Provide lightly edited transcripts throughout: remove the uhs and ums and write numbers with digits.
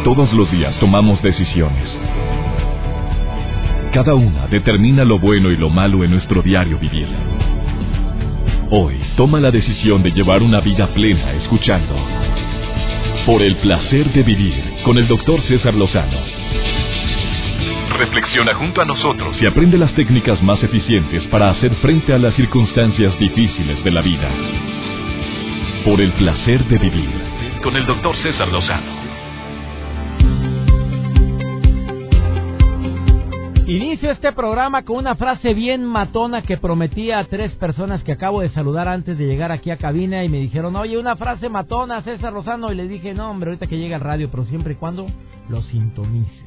Todos los días tomamos decisiones. Cada una determina lo bueno y lo malo en nuestro diario vivir. Hoy, toma la decisión de llevar una vida plena escuchando Por el placer de vivir con el Dr. César Lozano. Reflexiona junto a nosotros y aprende las técnicas más eficientes para hacer frente a las circunstancias difíciles de la vida. Por el placer de vivir con el Dr. César Lozano. Inicio este programa con una frase bien matona que prometí a 3 personas que acabo de saludar antes de llegar aquí a cabina y me dijeron, oye, una frase matona, César Lozano, y les dije, no hombre, ahorita que llegue al radio, pero siempre y cuando lo sintonices.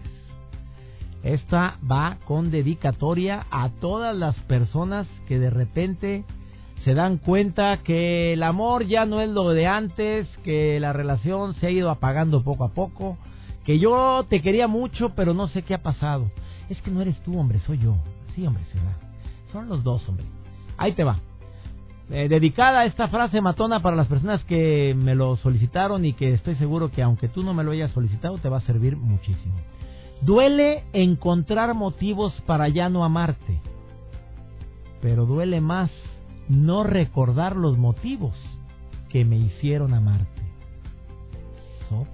Esta va con dedicatoria a todas las personas que de repente se dan cuenta que el amor ya no es lo de antes, que la relación se ha ido apagando poco a poco, que yo te quería mucho, pero no sé qué ha pasado. Es que no eres tú, hombre, soy yo. Sí, hombre, será. Son los dos, hombre. Ahí te va. Dedicada esta frase matona para las personas que me lo solicitaron y que estoy seguro que aunque tú no me lo hayas solicitado, te va a servir muchísimo. Duele encontrar motivos para ya no amarte, pero duele más no recordar los motivos que me hicieron amarte. Sopas.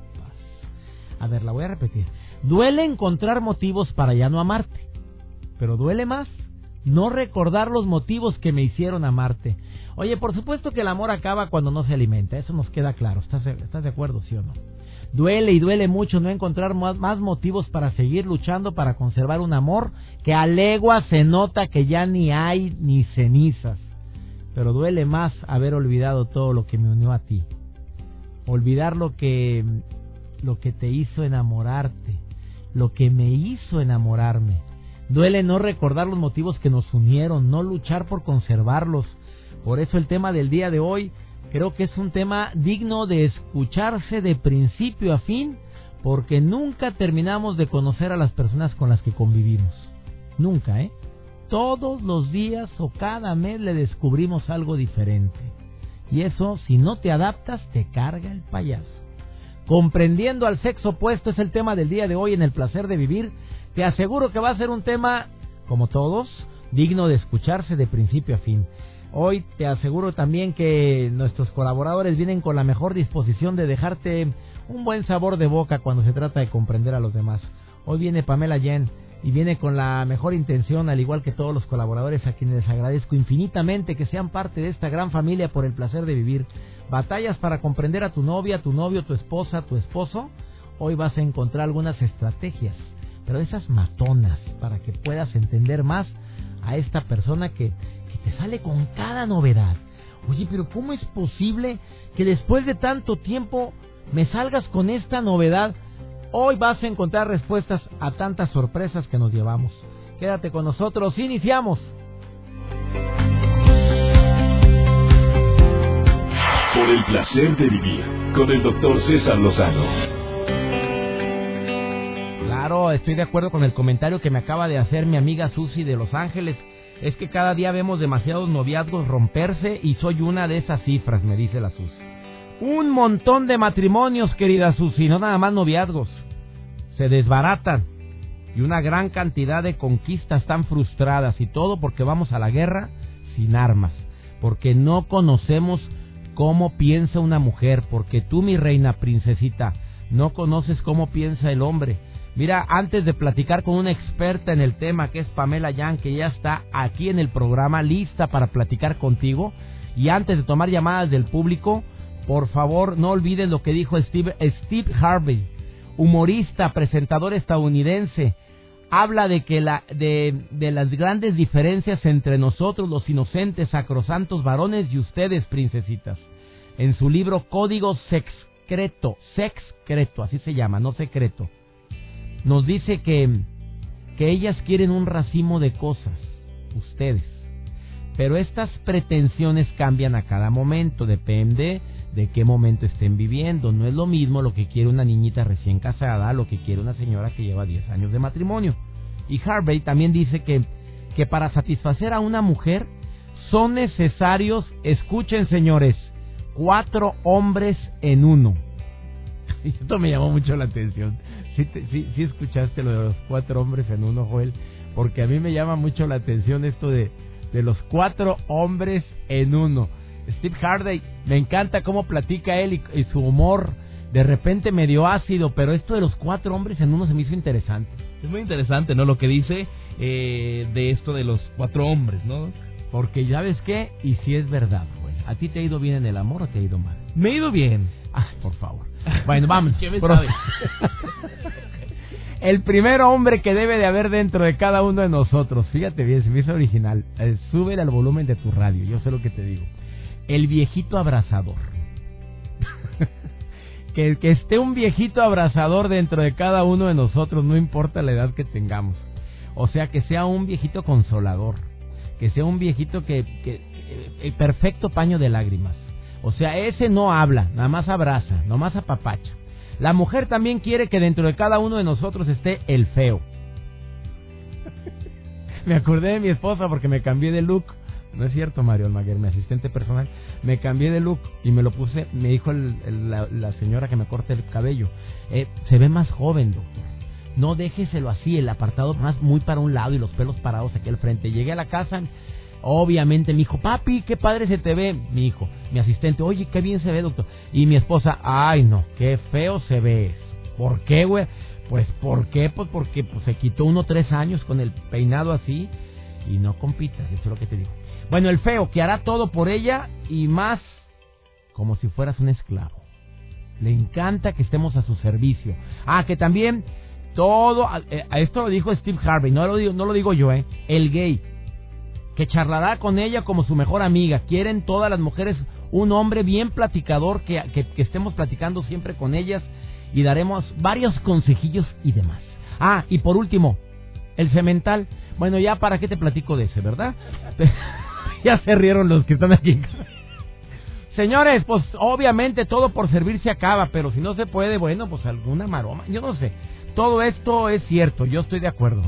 A ver, la voy a repetir. Duele encontrar motivos para ya no amarte, pero duele más no recordar los motivos que me hicieron amarte. Oye, por supuesto que el amor acaba cuando no se alimenta, eso nos queda claro. ¿Estás de acuerdo, sí o no? Duele y duele mucho no encontrar más motivos para seguir luchando para conservar un amor que a legua se nota que ya ni hay ni cenizas. Pero duele más haber olvidado todo lo que me unió a ti. Olvidar lo que te hizo enamorarte, lo que me hizo enamorarme. Duele no recordar los motivos que nos unieron, no luchar por conservarlos. Por eso el tema del día de hoy creo que es un tema digno de escucharse de principio a fin, porque nunca terminamos de conocer a las personas con las que convivimos. Nunca, ¿eh? Todos los días o cada mes le descubrimos algo diferente. Y eso, si no te adaptas, te carga el payaso. Comprendiendo al sexo opuesto es el tema del día de hoy en El Placer de Vivir. Te aseguro que va a ser un tema, como todos, digno de escucharse de principio a fin. Hoy te aseguro también que nuestros colaboradores vienen con la mejor disposición de dejarte un buen sabor de boca cuando se trata de comprender a los demás. Hoy viene Pamela Yen y viene con la mejor intención, al igual que todos los colaboradores a quienes les agradezco infinitamente que sean parte de esta gran familia por el placer de vivir. Batallas para comprender a tu novia, tu novio, tu esposa, tu esposo. Hoy vas a encontrar algunas estrategias, pero esas matonas, para que puedas entender más a esta persona que te sale con cada novedad. Oye, pero ¿cómo es posible que después de tanto tiempo me salgas con esta novedad? Hoy vas a encontrar respuestas a tantas sorpresas que nos llevamos. Quédate con nosotros, iniciamos. Por el placer de vivir con el Dr. César Lozano. Claro, estoy de acuerdo con el comentario que me acaba de hacer mi amiga Susi de Los Ángeles. Es que cada día vemos demasiados noviazgos romperse y soy una de esas cifras, me dice la Susi. Un montón de matrimonios, querida Susi, no nada más noviazgos. Se desbaratan y una gran cantidad de conquistas están frustradas y todo porque vamos a la guerra sin armas, porque no conocemos cómo piensa una mujer, porque tú, mi reina princesita, no conoces cómo piensa el hombre. Mira, antes de platicar con una experta en el tema que es Pamela Yen, que ya está aquí en el programa lista para platicar contigo, y antes de tomar llamadas del público, por favor no olviden lo que dijo Steve Harvey, humorista, presentador estadounidense. Habla de que de las grandes diferencias entre nosotros, los inocentes, sacrosantos varones, y ustedes, princesitas. En su libro Código Sexcreto, así se llama, no secreto. Nos dice que ellas quieren un racimo de cosas, ustedes. Pero estas pretensiones cambian a cada momento, depende de qué momento estén viviendo. No es lo mismo lo que quiere una niñita recién casada a lo que quiere una señora que lleva 10 años de matrimonio. Y Harvey también dice que para satisfacer a una mujer son necesarios, escuchen señores, 4 hombres en uno. Y esto me llamó mucho la atención. Sí escuchaste lo de los 4 hombres en uno, Joel, porque a mí me llama mucho la atención esto de los 4 hombres en uno. Steve Harvey, me encanta cómo platica él y su humor, de repente medio ácido, pero esto de los 4 hombres en uno se me hizo interesante. Es muy interesante, ¿no? Lo que dice de esto de los 4 hombres, ¿no? Porque ¿sabes qué? Y si es verdad, Joel, ¿a ti te ha ido bien en el amor o te ha ido mal? Me he ido bien. Ah, por favor. Bueno, vamos. ¿Qué me sabe? El primer hombre que debe de haber dentro de cada uno de nosotros, fíjate bien, se me hizo original, súbele al volumen de tu radio, yo sé lo que te digo. El viejito abrazador. que esté un viejito abrazador dentro de cada uno de nosotros, no importa la edad que tengamos. O sea, que sea un viejito consolador, que sea un viejito que el perfecto paño de lágrimas. O sea, ese no habla, nada más abraza, nada más apapacha. La mujer también quiere que dentro de cada uno de nosotros esté el feo. Me acordé de mi esposa porque me cambié de look. No es cierto, Mario Almaguer, mi asistente personal. Me cambié de look y me lo puse. Me dijo la señora que me corte el cabello. Se ve más joven, doctor. No déjeselo así, el apartado más muy para un lado y los pelos parados aquí al frente. Llegué a la casa. Obviamente me dijo, papi, qué padre se te ve. Mi hijo, mi asistente, oye, qué bien se ve, doctor. Y mi esposa, ay no, qué feo se ve. ¿Por qué, güey? Pues, ¿por qué? Pues porque se quitó 3 años con el peinado así. Y no compitas, eso es lo que te digo. Bueno, el feo, que hará todo por ella y más como si fueras un esclavo. Le encanta que estemos a su servicio. Ah, que también todo, a esto lo dijo Steve Harvey, no lo digo yo, el gay. Que charlará con ella como su mejor amiga. Quieren todas las mujeres un hombre bien platicador, que estemos platicando siempre con ellas y daremos varios consejillos y demás. Ah, y por último, el semental. Bueno, ya para qué te platico de ese, ¿verdad? Ya se rieron los que están aquí. Señores, pues obviamente todo por servir se acaba, pero si no se puede, bueno, pues alguna maroma, yo no sé. Todo esto es cierto, yo estoy de acuerdo,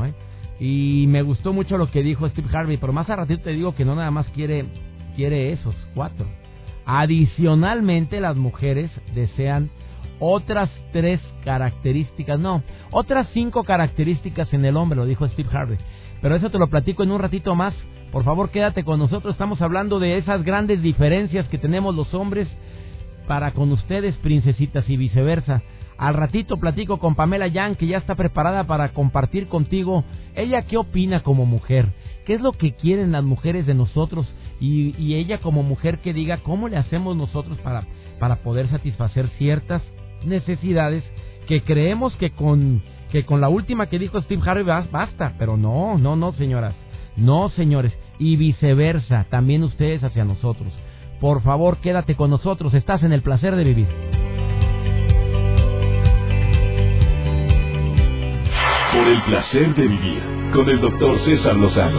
Y me gustó mucho lo que dijo Steve Harvey, pero más a ratito te digo que no nada más quiere esos 4. Adicionalmente, las mujeres desean otras 3 características, otras 5 características en el hombre, lo dijo Steve Harvey. Pero eso te lo platico en un ratito más. Por favor, quédate con nosotros, estamos hablando de esas grandes diferencias que tenemos los hombres para con ustedes, princesitas, y viceversa. Al ratito platico con Pamela Yang, que ya está preparada para compartir contigo. Ella, ¿qué opina como mujer? ¿Qué es lo que quieren las mujeres de nosotros? Y ella como mujer que diga cómo le hacemos nosotros para poder satisfacer ciertas necesidades que creemos que con la última que dijo Steve Harvey basta. Pero no, señoras. No, señores. Y viceversa, también ustedes hacia nosotros. Por favor, quédate con nosotros. Estás en el placer de vivir. Por el placer de vivir, con el doctor César Lozano.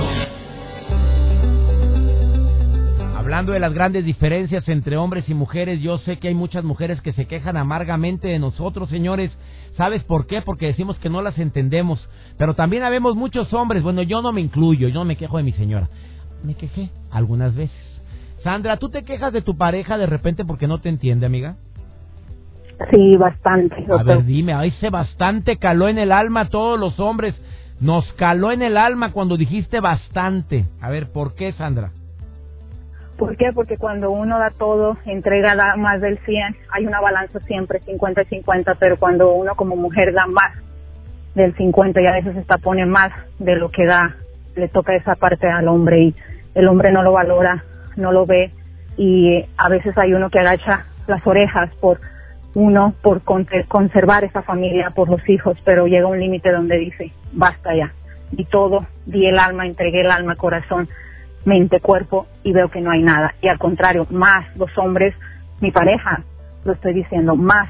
Hablando de las grandes diferencias entre hombres y mujeres, yo sé que hay muchas mujeres que se quejan amargamente de nosotros, señores. ¿Sabes por qué? Porque decimos que no las entendemos. Pero también habemos muchos hombres, bueno, yo no me incluyo, yo no me quejo de mi señora. Me quejé algunas veces. Sandra, ¿tú te quejas de tu pareja de repente porque no te entiende, amiga? Sí, bastante, doctor. A ver, dime, ese bastante caló en el alma a todos los hombres. Nos caló en el alma cuando dijiste bastante. A ver, ¿por qué, Sandra? ¿Por qué? Porque cuando uno da todo, entrega da más del 100, hay una balanza siempre 50 y 50, pero cuando uno como mujer da más del 50 y a veces hasta pone más de lo que da, le toca esa parte al hombre y el hombre no lo valora, no lo ve y a veces hay uno que agacha las orejas por conservar esa familia, por los hijos, pero llega un límite donde dice, basta ya, di todo, di el alma, entregué el alma, corazón, mente, cuerpo y veo que no hay nada. Y al contrario, más los hombres, mi pareja, lo estoy diciendo, más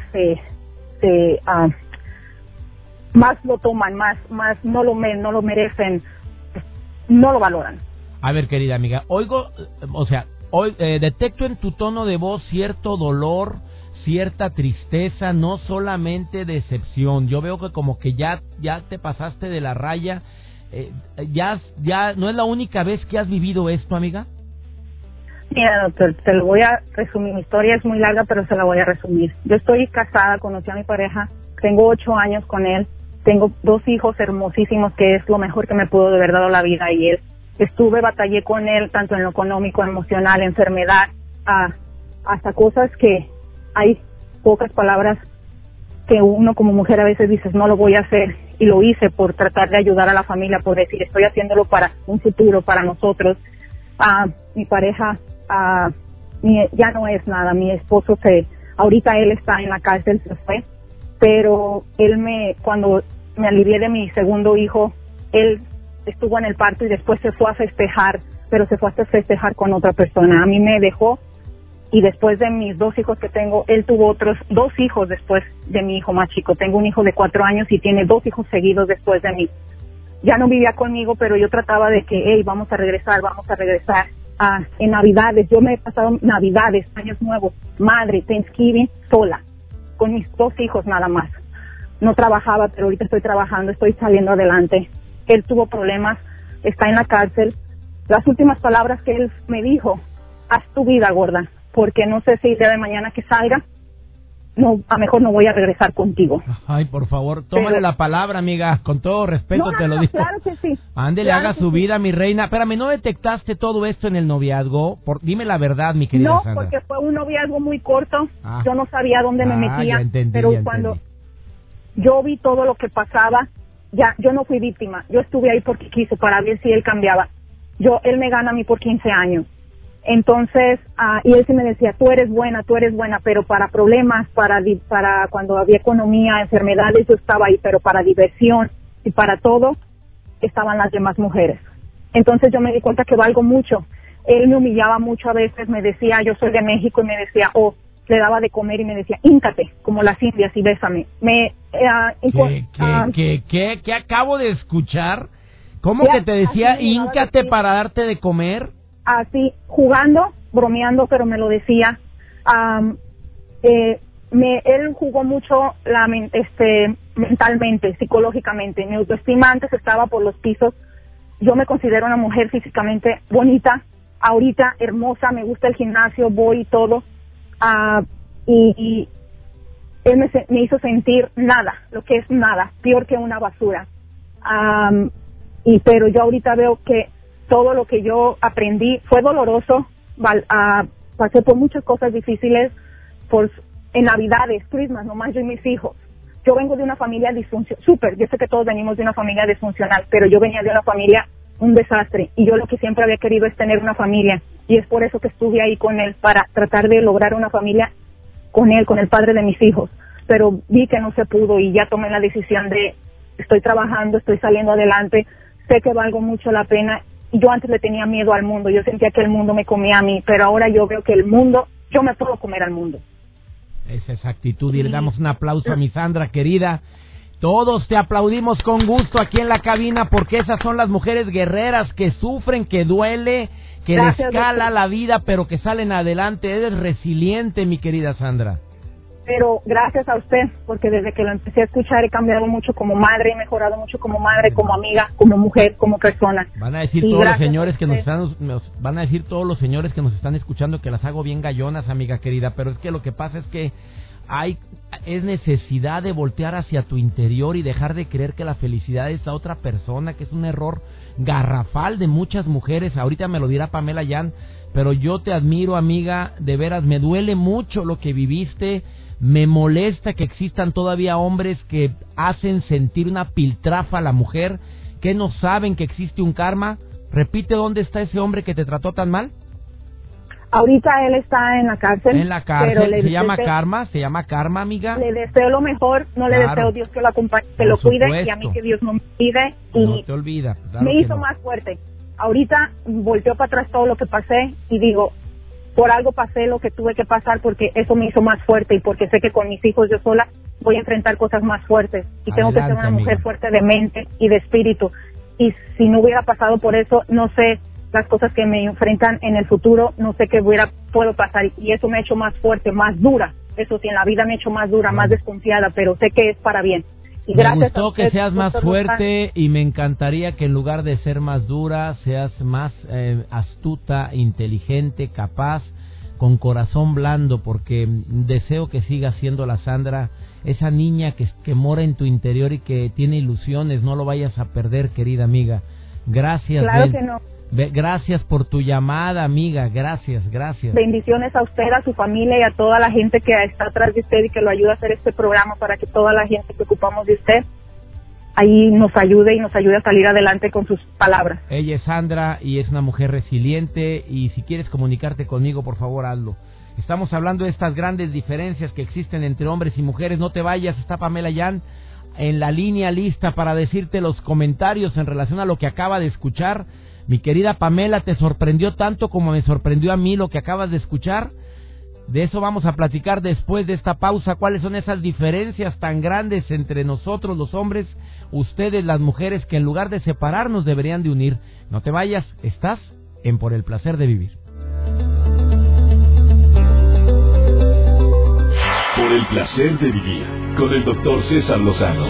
más lo toman, más no lo merecen, no lo valoran. A ver, querida amiga, detecto en tu tono de voz cierto dolor, cierta tristeza, no solamente decepción. Yo veo que como que ya te pasaste de la raya. Ya no es la única vez que has vivido esto, amiga. Mira, doctor, te lo voy a resumir. Mi historia es muy larga, pero se la voy a resumir. Yo estoy casada, conocí a mi pareja tengo 8 años con él, tengo 2 hijos hermosísimos, que es lo mejor que me pudo de haber dado la vida, y él, batallé con él, tanto en lo económico, emocional, enfermedad, hasta cosas que hay pocas palabras que uno como mujer a veces dices, no lo voy a hacer, y lo hice por tratar de ayudar a la familia, por decir, estoy haciéndolo para un futuro, para nosotros. Mi pareja ya no es nada, mi esposo ahorita él está en la cárcel, se fue, pero cuando me alivié de mi segundo hijo, él estuvo en el parto y después se fue a festejar, pero se fue a festejar con otra persona. A mí me dejó, y después de mis 2 hijos que tengo, él tuvo otros 2 hijos después de mi hijo más chico. Tengo un hijo de 4 años y tiene 2 hijos seguidos después de mí. Ya no vivía conmigo, pero yo trataba de que, hey, vamos a regresar. En Navidades, yo me he pasado Navidades, Años Nuevos, Madre, Thanksgiving, sola, con mis 2 hijos nada más. No trabajaba, pero ahorita estoy trabajando, estoy saliendo adelante. Él tuvo problemas, está en la cárcel. Las últimas palabras que él me dijo, haz tu vida, gorda, porque no sé si el día de mañana que salga, no, a mejor no voy a regresar contigo. Ay, por favor, tómale la palabra, amiga, con todo respeto te lo digo. Claro que sí. Ándele, claro haga su vida, mi reina. Espérame, ¿no detectaste todo esto en el noviazgo? Dime la verdad, mi querida Sandra. No, porque fue un noviazgo muy corto, yo no sabía dónde me metía, ya entendí, pero cuando yo vi todo lo que pasaba, ya, yo no fui víctima, yo estuve ahí porque quise, para ver si él cambiaba. Él me gana a mí por 15 años. Entonces, y él sí me decía, tú eres buena, pero para problemas, para cuando había economía, enfermedades, yo estaba ahí, pero para diversión y para todo, estaban las demás mujeres. Entonces yo me di cuenta que valgo mucho. Él me humillaba mucho a veces, me decía, yo soy de México, y me decía, le daba de comer y me decía, híncate, como las indias, y bésame. ¿Qué acabo de escuchar? ¿Cómo que te decía, híncate para darte de comer? Así, jugando, bromeando, pero me lo decía. Él jugó mucho mentalmente, psicológicamente. Mi autoestima antes estaba por los pisos. Yo me considero una mujer físicamente bonita, ahorita hermosa, me gusta el gimnasio, voy y todo. Y él me hizo sentir nada, lo que es nada, peor que una basura. Pero yo ahorita veo que todo lo que yo aprendí fue doloroso, pasé por muchas cosas difíciles, en Navidades, Christmas, nomás yo y mis hijos. Yo vengo de una familia disfuncional, yo sé que todos venimos de una familia disfuncional, pero yo venía de una familia, un desastre, y yo lo que siempre había querido es tener una familia, y es por eso que estuve ahí con él, para tratar de lograr una familia con él, con el padre de mis hijos, pero vi que no se pudo, y ya tomé la decisión estoy trabajando, estoy saliendo adelante, sé que valgo mucho la pena. Yo antes le tenía miedo al mundo, yo sentía que el mundo me comía a mí, pero ahora yo veo que yo me puedo comer al mundo. Esa es actitud, y le damos un aplauso a mi Sandra querida. Todos te aplaudimos con gusto aquí en la cabina, porque esas son las mujeres guerreras que sufren, que duele, que les cala la vida, pero que salen adelante. Eres resiliente, mi querida Sandra. Pero gracias a usted, porque desde que lo empecé a escuchar he cambiado mucho como madre, he mejorado mucho como madre, como amiga, como mujer, como persona. Van a decir todos los señores que van a decir todos los señores que nos están escuchando que las hago bien gallonas, amiga querida, pero es que lo que pasa es que es necesidad de voltear hacia tu interior y dejar de creer que la felicidad es a otra persona, que es un error garrafal de muchas mujeres. Ahorita me lo dirá Pamela Yan, pero yo te admiro, amiga, de veras, me duele mucho lo que viviste. Me molesta que existan todavía hombres que hacen sentir una piltrafa a la mujer, que no saben que existe un karma. Repite, ¿dónde está ese hombre que te trató tan mal? Ahorita él está en la cárcel. En la cárcel, se llama karma, amiga. Le deseo lo mejor, no le deseo Dios que lo acompañe, que lo cuide, y a mí que Dios no me cuide. Y no te olvida. Me hizo más fuerte. Ahorita volteó para atrás todo lo que pasé y digo, por algo pasé lo que tuve que pasar, porque eso me hizo más fuerte, y porque sé que con mis hijos yo sola voy a enfrentar cosas más fuertes, y tengo que ser una mujer fuerte de mente y de espíritu. Y si no hubiera pasado por eso, no sé las cosas que me enfrentan en el futuro, no sé qué puedo pasar, y eso me ha hecho más fuerte, más dura. Eso sí, en la vida me ha hecho más dura, más desconfiada, pero sé que es para bien. Y me gustó que seas más fuerte, y me encantaría que en lugar de ser más dura, seas más astuta, inteligente, capaz con corazón blando, porque deseo que siga siendo la Sandra, esa niña que mora en tu interior y que tiene ilusiones. No lo vayas a perder, querida amiga. Gracias. Claro que no. Gracias por tu llamada, amiga. Gracias. Bendiciones a usted, a su familia y a toda la gente que está atrás de usted y que lo ayuda a hacer este programa, para que toda la gente que ocupamos de usted ahí nos ayude a salir adelante con sus palabras. Ella es Sandra y es una mujer resiliente, y si quieres comunicarte conmigo, por favor, hazlo. Estamos hablando de estas grandes diferencias que existen entre hombres y mujeres. No te vayas, está Pamela Yan en la línea lista para decirte los comentarios en relación a lo que acaba de escuchar. Mi querida Pamela, ¿te sorprendió tanto como me sorprendió a mí lo que acabas de escuchar? De eso vamos a platicar después de esta pausa. ¿Cuáles son esas diferencias tan grandes entre nosotros los hombres, ustedes las mujeres, que en lugar de separarnos deberían de unir? No te vayas, estás en Por el Placer de Vivir. Por el Placer de Vivir, con el Dr. César Lozano.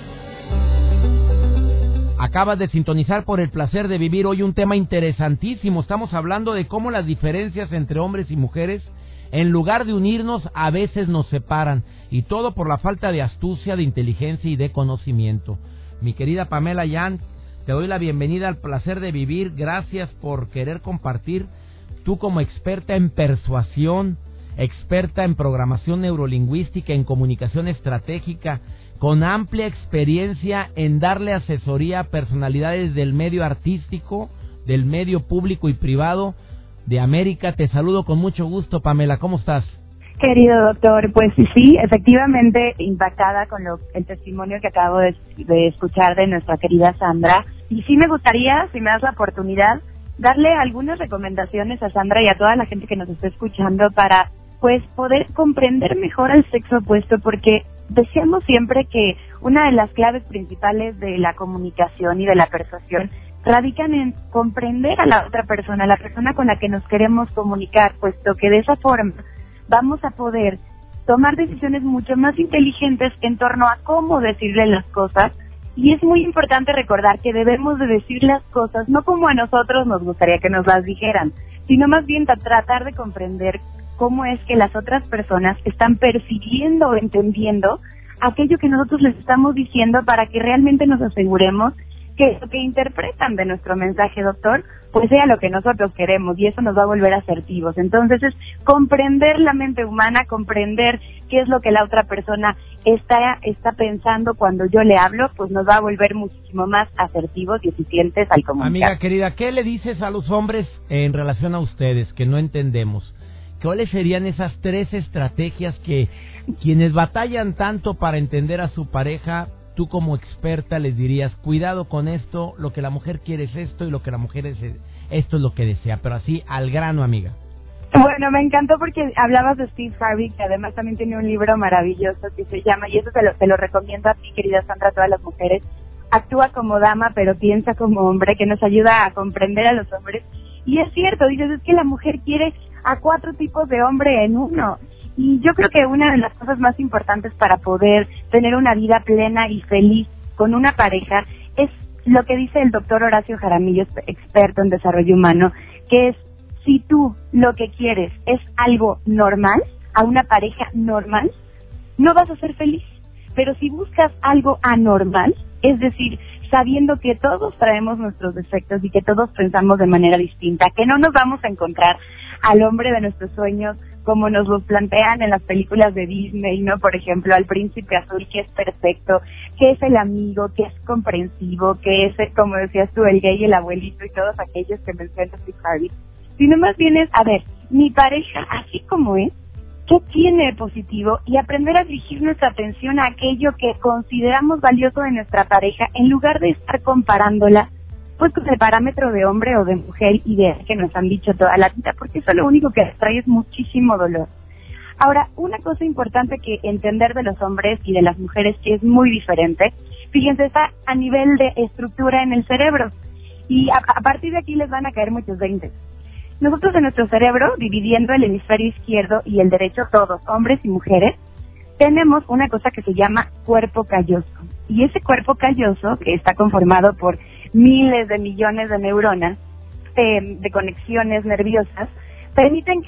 Acabas de sintonizar Por el Placer de Vivir. Hoy un tema interesantísimo. Estamos hablando de cómo las diferencias entre hombres y mujeres, en lugar de unirnos, a veces nos separan. Y todo por la falta de astucia, de inteligencia y de conocimiento. Mi querida Pamela Yan, te doy la bienvenida al Placer de Vivir. Gracias por querer compartir. Tú, como experta en persuasión, experta en programación neurolingüística, en comunicación estratégica, con amplia experiencia en darle asesoría a personalidades del medio artístico, del medio público y privado de América. Te saludo con mucho gusto, Pamela. ¿Cómo estás? Querido doctor, pues sí, efectivamente impactada con el testimonio que acabo de escuchar de nuestra querida Sandra. Y sí me gustaría, si me das la oportunidad, darle algunas recomendaciones a Sandra y a toda la gente que nos está escuchando para, pues, poder comprender mejor al sexo opuesto, porque decíamos siempre que una de las claves principales de la comunicación y de la persuasión radican en comprender a la otra persona, la persona con la que nos queremos comunicar, puesto que de esa forma vamos a poder tomar decisiones mucho más inteligentes en torno a cómo decirle las cosas. Y es muy importante recordar que debemos de decir las cosas no como a nosotros nos gustaría que nos las dijeran, sino más bien tratar de comprender cómo es que las otras personas están percibiendo o entendiendo aquello que nosotros les estamos diciendo, para que realmente nos aseguremos que lo que interpretan de nuestro mensaje, doctor, pues sea lo que nosotros queremos, y eso nos va a volver asertivos. Entonces es comprender la mente humana, comprender qué es lo que la otra persona está pensando cuando yo le hablo, pues nos va a volver muchísimo más asertivos y eficientes al comunicar. Amiga querida, ¿qué le dices a los hombres en relación a ustedes que no entendemos? ¿Cuáles serían esas 3 estrategias que quienes batallan tanto para entender a su pareja, tú como experta les dirías: cuidado con esto, lo que la mujer quiere es esto y lo que la mujer esto es lo que desea? Pero así, al grano, amiga. Bueno, me encantó porque hablabas de Steve Harvey, que además también tiene un libro maravilloso que se llama, y eso te lo recomiendo a ti, querida Sandra, a todas las mujeres: Actúa como dama, pero piensa como hombre, que nos ayuda a comprender a los hombres. Y es cierto, dices, es que la mujer quiere a 4 tipos de hombre en uno. Y yo creo que una de las cosas más importantes para poder tener una vida plena y feliz con una pareja es lo que dice el doctor Horacio Jaramillo, experto en desarrollo humano, que es: si tú lo que quieres es algo normal, a una pareja normal, no vas a ser feliz. Pero si buscas algo anormal, es decir, sabiendo que todos traemos nuestros defectos y que todos pensamos de manera distinta, que no nos vamos a encontrar al hombre de nuestros sueños como nos los plantean en las películas de Disney, ¿no? Por ejemplo, al príncipe azul, que es perfecto, que es el amigo, que es comprensivo, que es, como decías tú, el gay, el abuelito y todos aquellos que mencionas, Steve Harvey. Sino más bien es, a ver, mi pareja, así como es, ¿qué tiene de positivo? Y aprender a dirigir nuestra atención a aquello que consideramos valioso de nuestra pareja, en lugar de estar comparándola pues con el parámetro de hombre o de mujer ideal que nos han dicho toda la vida, porque eso lo único que trae es muchísimo dolor. Ahora, una cosa importante que entender de los hombres y de las mujeres, que es muy diferente, fíjense, está a nivel de estructura en el cerebro, y a partir de aquí les van a caer muchos 20. Nosotros en nuestro cerebro, dividiendo el hemisferio izquierdo y el derecho, todos, hombres y mujeres, tenemos una cosa que se llama cuerpo calloso. Y ese cuerpo calloso, que está conformado por miles de millones de neuronas, de conexiones nerviosas, permiten que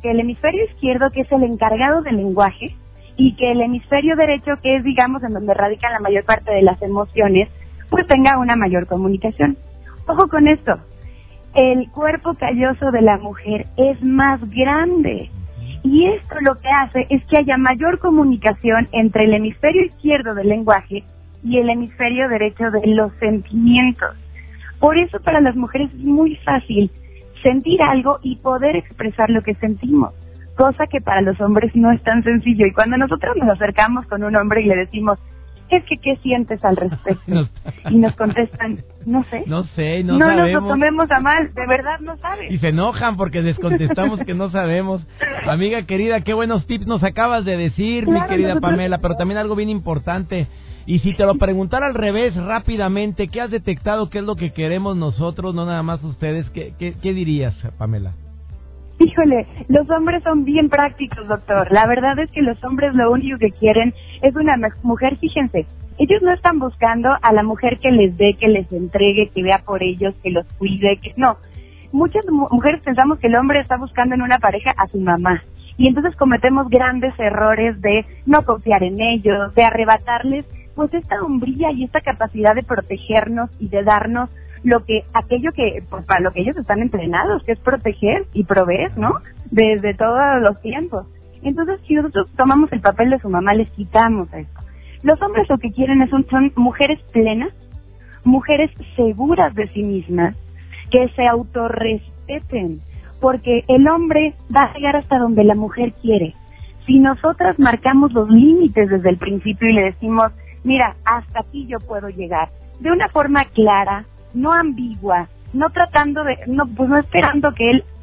que el hemisferio izquierdo, que es el encargado del lenguaje, y que el hemisferio derecho, que es, digamos, en donde radican la mayor parte de las emociones, pues tenga una mayor comunicación. Ojo con esto, el cuerpo calloso de la mujer es más grande, y esto lo que hace es que haya mayor comunicación entre el hemisferio izquierdo del lenguaje y el hemisferio derecho de los sentimientos. Por eso para las mujeres es muy fácil sentir algo y poder expresar lo que sentimos, cosa que para los hombres no es tan sencillo. Y cuando nosotros nos acercamos con un hombre y le decimos, es que ¿qué sientes al respecto? Y nos contestan, no sé. No sé, no sabemos. No sabemos. nos lo tomemos a mal, de verdad no sabes. Y se enojan porque les contestamos que no sabemos. Amiga querida, qué buenos tips nos acabas de decir, claro, mi querida nosotros... Pamela, pero también algo bien importante. Y si te lo preguntara al revés, rápidamente, ¿qué has detectado? ¿Qué es lo que queremos nosotros, no nada más ustedes? ¿Qué dirías, Pamela? Híjole, los hombres son bien prácticos, doctor. La verdad es que los hombres lo único que quieren es una mujer, fíjense. Ellos no están buscando a la mujer que les dé, que les entregue, que vea por ellos, que los cuide, que no. Muchas mujeres pensamos que el hombre está buscando en una pareja a su mamá. Y entonces cometemos grandes errores de no confiar en ellos, de arrebatarles pues esta hombría y esta capacidad de protegernos y de darnos aquello que, pues para lo que ellos están entrenados, que es proteger y proveer, ¿no? Desde todos los tiempos. Entonces, si nosotros tomamos el papel de su mamá, les quitamos esto. Los hombres lo que quieren son mujeres plenas, mujeres seguras de sí mismas, que se autorrespeten, porque el hombre va a llegar hasta donde la mujer quiere. Si nosotras marcamos los límites desde el principio y le decimos, mira, hasta aquí yo puedo llegar, de una forma clara, no ambigua, no tratando de, no esperando que él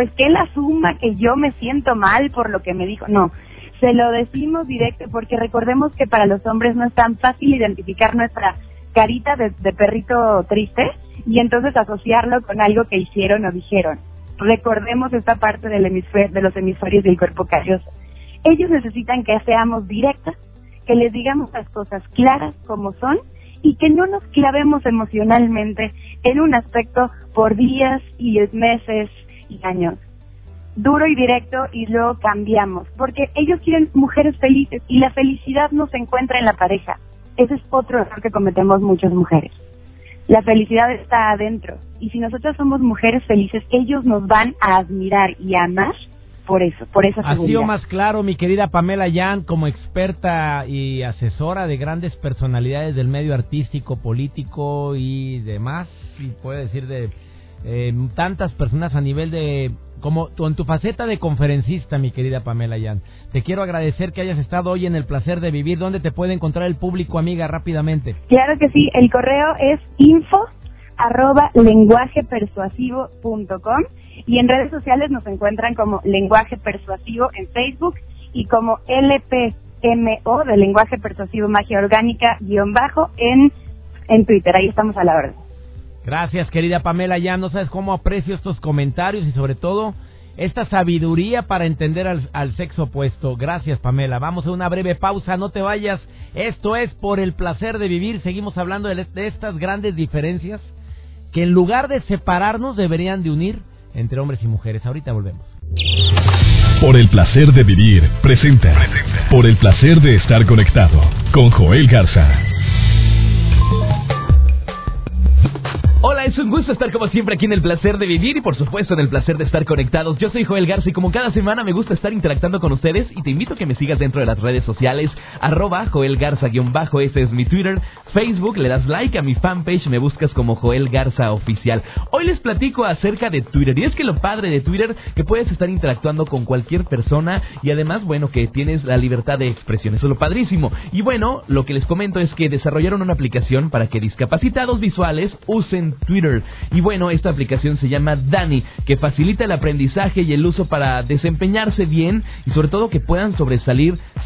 asuma que yo me siento mal por lo que me dijo, no, se lo decimos directo, porque recordemos que para los hombres no es tan fácil identificar nuestra carita de perrito triste y entonces asociarlo con algo que hicieron o dijeron. Recordemos esta parte de los hemisferios del cuerpo calloso. Ellos necesitan que seamos directas, que les digamos las cosas claras como son y que no nos clavemos emocionalmente en un aspecto por días y meses y años. Duro y directo y luego cambiamos, porque ellos quieren mujeres felices y la felicidad no se encuentra en la pareja. Ese es otro error que cometemos muchas mujeres. La felicidad está adentro y si nosotros somos mujeres felices, ellos nos van a admirar y a amar por esa seguridad. Ha sido más claro, mi querida Pamela Yan, como experta y asesora de grandes personalidades del medio artístico, político y demás, y puede decir de tantas personas a nivel de, como en tu faceta de conferencista, mi querida Pamela Yan. Te quiero agradecer que hayas estado hoy en El Placer de Vivir. ¿Dónde te puede encontrar el público, amiga, rápidamente? Claro que sí, el correo es info@lenguajepersuasivo.com y en redes sociales nos encuentran como Lenguaje Persuasivo en Facebook y como LPMO de Lenguaje Persuasivo Magia Orgánica _ en Twitter. Ahí estamos a la orden. Gracias, querida Pamela Yan. No sabes cómo aprecio estos comentarios y sobre todo esta sabiduría para entender al sexo opuesto. Gracias, Pamela. Vamos a una breve pausa, no te vayas. Esto es Por el Placer de Vivir. Seguimos hablando de estas grandes diferencias que en lugar de separarnos deberían de unir entre hombres y mujeres. Ahorita volvemos. Por el Placer de Vivir presenta Por el Placer de Estar Conectado con Joel Garza. Hola, es un gusto estar como siempre aquí en El Placer de Vivir y por supuesto en El Placer de Estar Conectados. Yo soy Joel Garza y como cada semana me gusta estar interactuando con ustedes y te invito a que me sigas dentro de las redes sociales @Joel Garza _ ese es mi Twitter, Facebook, le das like a mi fanpage, me buscas como Joel Garza Oficial. Hoy les platico acerca de Twitter y es que lo padre de Twitter que puedes estar interactuando con cualquier persona y además, bueno, que tienes la libertad de expresión, eso es lo padrísimo. Y bueno, lo que les comento es que desarrollaron una aplicación para que discapacitados visuales usen Twitter. Y bueno, esta aplicación se llama Dani, que facilita el aprendizaje y el uso para desempeñarse bien y sobre todo que puedan sobresalir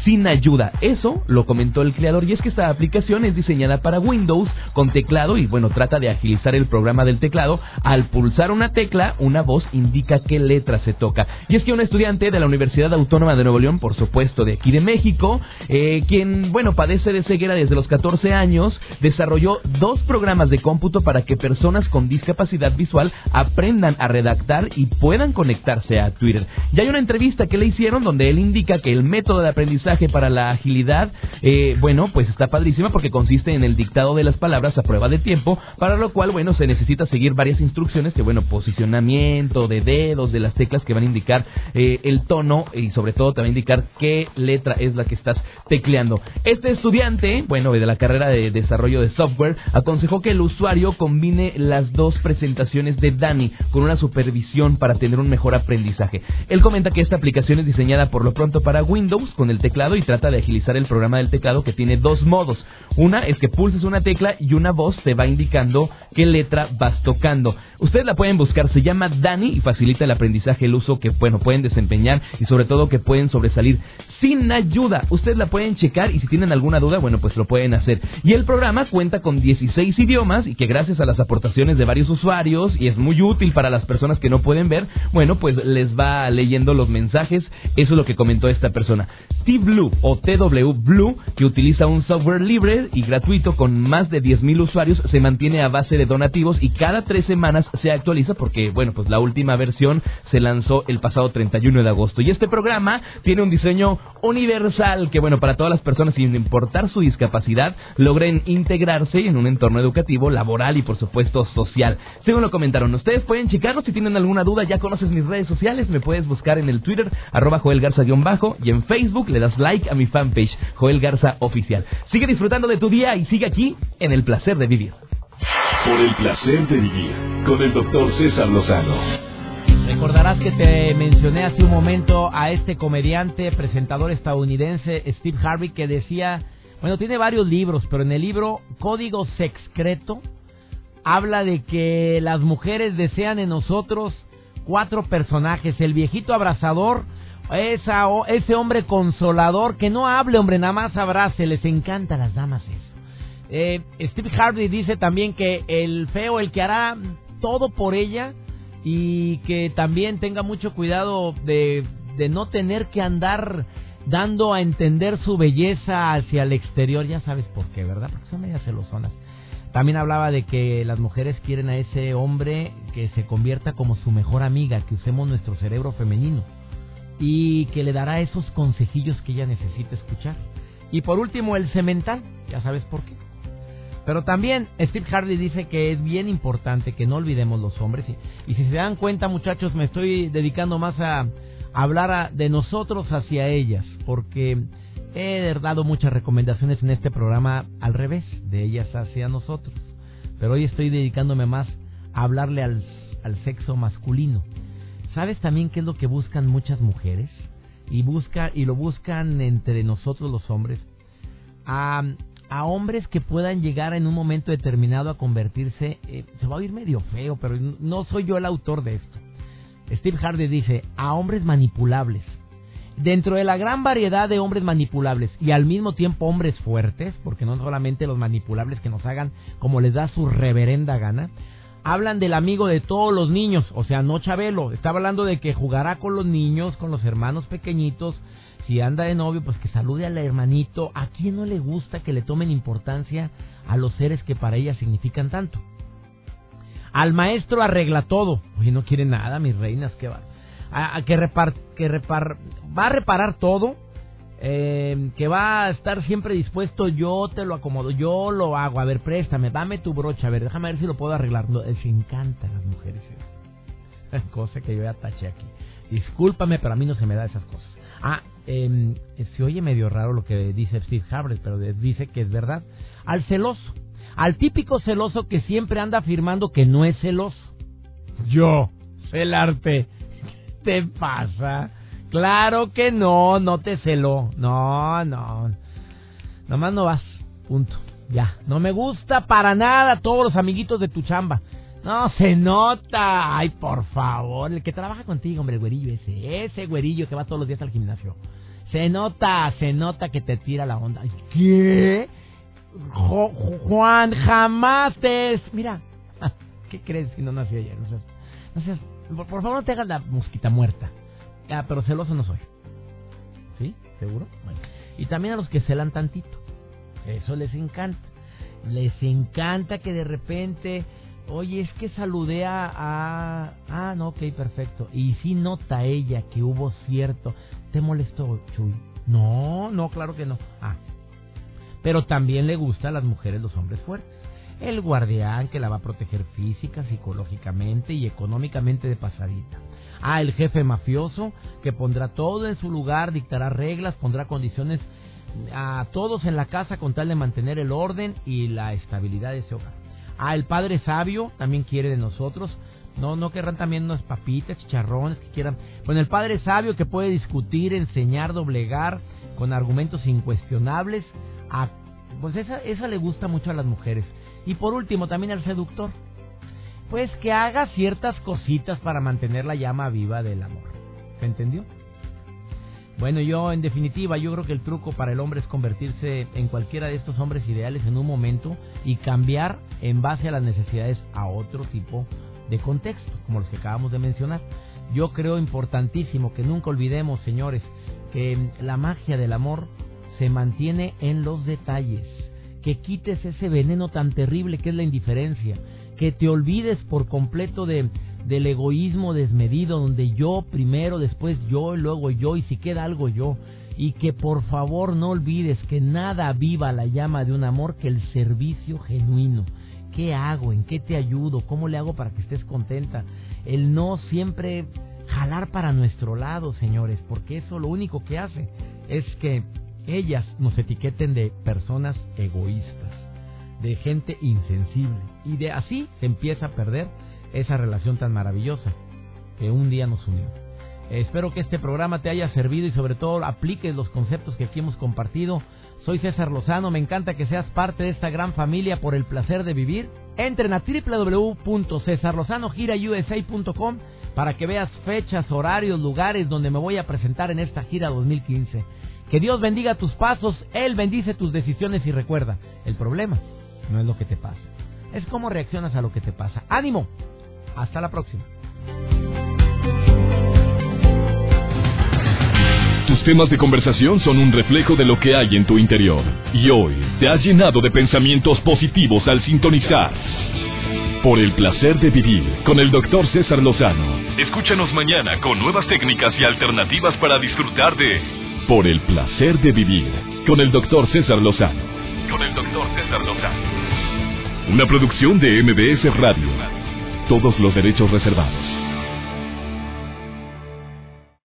sin ayuda. Eso lo comentó el creador, y es que esta aplicación es diseñada para Windows con teclado y bueno, trata de agilizar el programa del teclado. Al pulsar una tecla, una voz indica qué letra se toca. Y es que un estudiante de la Universidad Autónoma de Nuevo León, por supuesto de aquí de México, quien bueno, padece de ceguera desde los 14 años, desarrolló 2 programas de cómputo para que personas con discapacidad visual aprendan a redactar y puedan conectarse a Twitter. Ya hay una entrevista que le hicieron donde él indica que el método de aprendizaje para la agilidad, bueno, pues está padrísima porque consiste en el dictado de las palabras a prueba de tiempo, para lo cual, bueno, se necesita seguir varias instrucciones que, bueno, posicionamiento de dedos, de las teclas que van a indicar el tono y sobre todo te va a indicar qué letra es la que estás tecleando. Este estudiante, bueno, de la carrera de desarrollo de software, aconsejó que el usuario combine las 2 presentaciones de Dani con una supervisión para tener un mejor aprendizaje. Él comenta que esta aplicación es diseñada por lo pronto para Windows con el teclado y trata de agilizar el programa del teclado, que tiene 2 modos. Una es que pulses una tecla y una voz te va indicando qué letra vas tocando. Ustedes la pueden buscar, se llama Dani y facilita el aprendizaje, el uso que, bueno, pueden desempeñar y sobre todo que pueden sobresalir sin ayuda. Ustedes la pueden checar y si tienen alguna duda, bueno, pues lo pueden hacer. Y el programa cuenta con 16 idiomas y que gracias a las aportaciones de varios usuarios, y es muy útil para las personas que no pueden ver, bueno, pues les va leyendo los mensajes. Eso es lo que comentó esta persona. T-Blue o TW Blue, que utiliza un software libre y gratuito con más de 10,000 usuarios, se mantiene a base de donativos y cada 3 semanas se actualiza porque, bueno, pues la última versión se lanzó el pasado 31 de agosto. Y este programa tiene un diseño universal que, bueno, para todas las personas, sin importar su discapacidad, logren integrarse en un entorno educativo, laboral y, por supuesto, social. Según lo comentaron, ustedes pueden checarlo. Si tienen alguna duda, ya conoces mis redes sociales, me puedes buscar en el Twitter, @JoelGarza_ y en Facebook le das like a mi fanpage, Joel Garza Oficial. Sigue disfrutando de tu día y sigue aquí en El Placer de Vivir. Por el placer de vivir, con el doctor César Lozano. Recordarás que te mencioné hace un momento a este comediante, presentador estadounidense, Steve Harvey, que decía, bueno, tiene varios libros, pero en el libro Código Sexcreto habla de que las mujeres desean en nosotros 4 personajes: el viejito abrazador, ese hombre consolador, que no hable, hombre, nada más abrace, les encanta a las damas eso. Steve Harvey dice también que el feo, el que hará todo por ella, y que también tenga mucho cuidado de no tener que andar dando a entender su belleza hacia el exterior. Ya sabes por qué, ¿verdad? Porque son medias celosonas. También hablaba de que las mujeres quieren a ese hombre que se convierta como su mejor amiga, que usemos nuestro cerebro femenino y que le dará esos consejillos que ella necesita escuchar. Y por último, el semental, ya sabes por qué. Pero también Steve Harvey dice que es bien importante que no olvidemos los hombres. Y si se dan cuenta, muchachos, me estoy dedicando más a hablar de nosotros hacia ellas, porque he dado muchas recomendaciones en este programa al revés, de ellas hacia nosotros. Pero hoy estoy dedicándome más a hablarle al sexo masculino. ¿Sabes también qué es lo que buscan muchas mujeres? Y lo buscan entre nosotros los hombres. A hombres que puedan llegar en un momento determinado a convertirse, se va a oír medio feo, pero no soy yo el autor de esto. Steve Harvey dice, a hombres manipulables. Dentro de la gran variedad de hombres manipulables y al mismo tiempo hombres fuertes, porque no solamente los manipulables que nos hagan como les da su reverenda gana, hablan del amigo de todos los niños, o sea, no Chabelo, estaba hablando de que jugará con los niños, con los hermanos pequeñitos. Si anda de novio, pues que salude al hermanito. ¿A quién no le gusta que le tomen importancia a los seres que para ella significan tanto? Al maestro arregla todo. Oye, no quiere nada, mis reinas, ¿qué va? Va a reparar todo, que va a estar siempre dispuesto. Yo te lo acomodo, yo lo hago. A ver, préstame, dame tu brocha, a ver, déjame ver si lo puedo arreglar. No, les encantan las mujeres. Cosa que yo ya taché aquí. Discúlpame, pero a mí no se me da esas cosas. Se oye medio raro lo que dice Steve Harvey, pero dice que es verdad. Al celoso, al típico celoso que siempre anda afirmando que no es celoso. Yo, celarte, ¿qué te pasa? Claro que no te celó. No, nomás no vas, punto, ya. No me gusta para nada todos los amiguitos de tu chamba. No, se nota. Ay, por favor, el que trabaja contigo, hombre, el güerillo ese güerillo que va todos los días al gimnasio. Se nota que te tira la onda. ¿Qué? Juan, jamás te... Mira, ¿qué crees si no nació ayer? No seas, por favor, no te hagas la mosquita muerta. Pero celoso no soy. ¿Sí? ¿Seguro? Bueno. Y también a los que celan tantito. Eso les encanta. Les encanta que de repente... Oye, es que saludé a... Ah, no, ok, perfecto. Y si nota ella que hubo cierto... ¿Te molestó, Chuy? No, claro que no. Pero también le gusta a las mujeres los hombres fuertes. El guardián que la va a proteger física, psicológicamente y económicamente de pasadita. El jefe mafioso que pondrá todo en su lugar, dictará reglas, pondrá condiciones a todos en la casa con tal de mantener el orden y la estabilidad de ese hogar. El padre sabio también quiere de nosotros. No querrán también unas papitas, chicharrones que quieran. Bueno, el padre sabio que puede discutir, enseñar, doblegar con argumentos incuestionables. Pues esa le gusta mucho a las mujeres. Y por último también al seductor. Pues que haga ciertas cositas para mantener la llama viva del amor. ¿Se entendió? Bueno, en definitiva, yo creo que el truco para el hombre es convertirse en cualquiera de estos hombres ideales en un momento y cambiar en base a las necesidades a otro tipo de contexto, como los que acabamos de mencionar. Yo creo importantísimo que nunca olvidemos, señores, que la magia del amor se mantiene en los detalles, que quites ese veneno tan terrible que es la indiferencia, que te olvides por completo del egoísmo desmedido, donde yo primero, después yo, y luego yo, y si queda algo yo, y que por favor no olvides que nada aviva la llama de un amor que el servicio genuino. ¿Qué hago? ¿En qué te ayudo? ¿Cómo le hago para que estés contenta? El no siempre jalar para nuestro lado, señores, porque eso lo único que hace es que ellas nos etiqueten de personas egoístas, de gente insensible, y de así se empieza a perder esa relación tan maravillosa que un día nos unió. Espero que este programa te haya servido y sobre todo apliques los conceptos que aquí hemos compartido. Soy César Lozano, me encanta que seas parte de esta gran familia por el placer de vivir. Entren a www.cesarlozanogirausa.com para que veas fechas, horarios, lugares donde me voy a presentar en esta gira 2015. Que Dios bendiga tus pasos, Él bendice tus decisiones y recuerda, el problema no es lo que te pasa, es cómo reaccionas a lo que te pasa. ¡Ánimo! Hasta la próxima. Tus temas de conversación son un reflejo de lo que hay en tu interior. Y hoy te has llenado de pensamientos positivos al sintonizar Por el placer de vivir con el Dr. César Lozano. Escúchanos mañana con nuevas técnicas y alternativas para disfrutar de Por el placer de vivir con el Dr. César Lozano. Una producción de MBS Radio. Todos los derechos reservados.